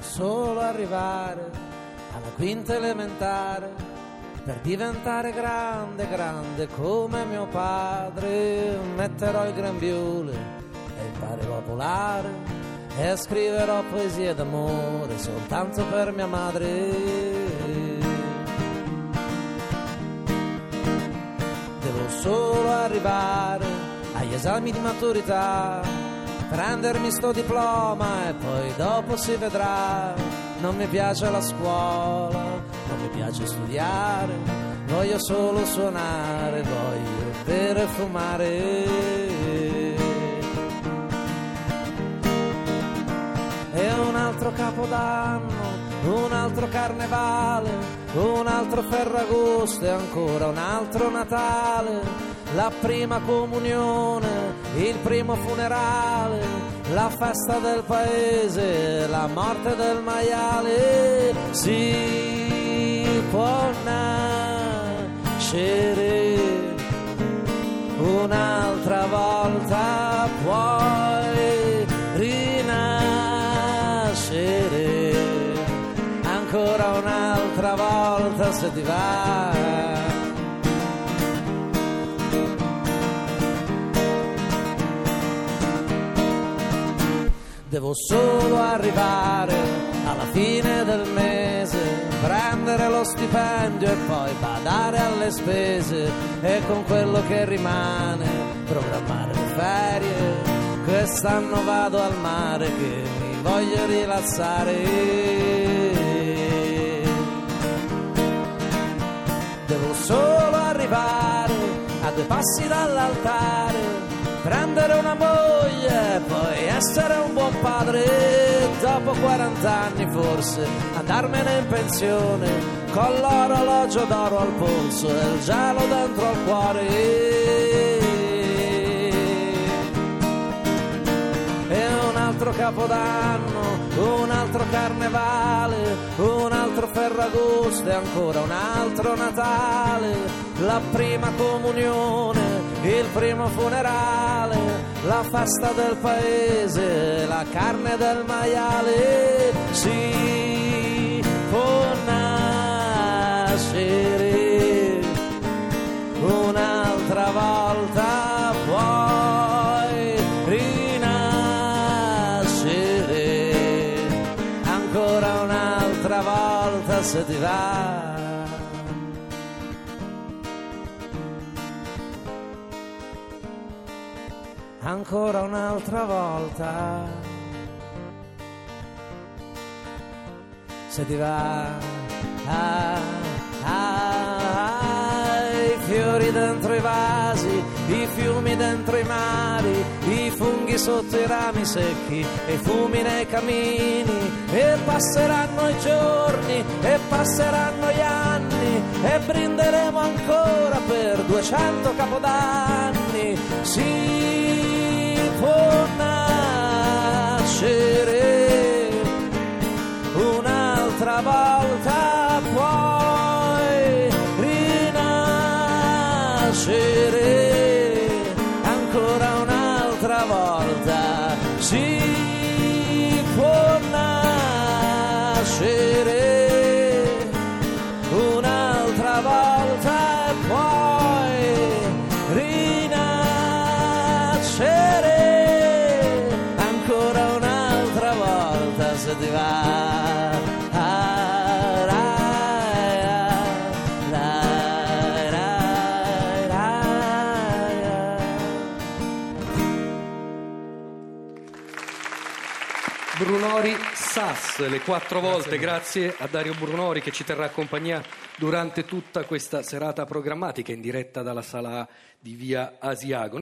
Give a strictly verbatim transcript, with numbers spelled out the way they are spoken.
solo arrivare alla quinta elementare per diventare grande, grande come mio padre. Metterò il grembiule e imparerò a volare e scriverò poesie d'amore soltanto per mia madre. Devo solo arrivare agli esami di maturità, prendermi sto diploma e poi dopo si vedrà. Non mi piace la scuola, non mi piace studiare, voglio solo suonare, voglio bere e fumare. E un altro capodanno, un altro carnevale, un altro Ferragosto e ancora un altro Natale, la prima comunione, il primo funerale, la festa del paese, la morte del maiale. Si può nascere un'altra volta, puoi rinascere ancora un'altra volta se ti va. Devo solo arrivare alla fine del mese, prendere lo stipendio e poi badare alle spese, e con quello che rimane programmare le ferie. Quest'anno vado al mare che mi voglio rilassare. Devo solo arrivare a due passi dall'altare, prendere una moglie e poi essere un buon padre. Dopo quarant'anni forse andarmene in pensione, con l'orologio d'oro al polso e il gelo dentro al cuore. E un altro capodanno, un altro carnevale, un altro Ferragosto e ancora un altro Natale, la prima comunione, il primo funerale, la festa del paese, la carne del maiale. Si può nascere un'altra volta, puoi rinascere ancora un'altra volta se ti va. Ancora un'altra volta se ti va. Ah, ah, i fiori dentro i vasi, i fiumi dentro i mari, i funghi sotto i rami secchi e i fumi nei camini. E passeranno i giorni e passeranno gli anni e brinderemo ancora per duecento capodanni. Si può nascere un'altra volta, puoi rinascere ancora un'altra volta. Si può nascere un'altra volta e poi rinascere ancora un'altra volta se ti va. Ah, rai, rai, rai, rai, rai. Brunori Sass, le quattro volte. Grazie, grazie a Dario Brunori che ci terrà compagnia durante tutta questa serata programmatica in diretta dalla sala di Via Asiago.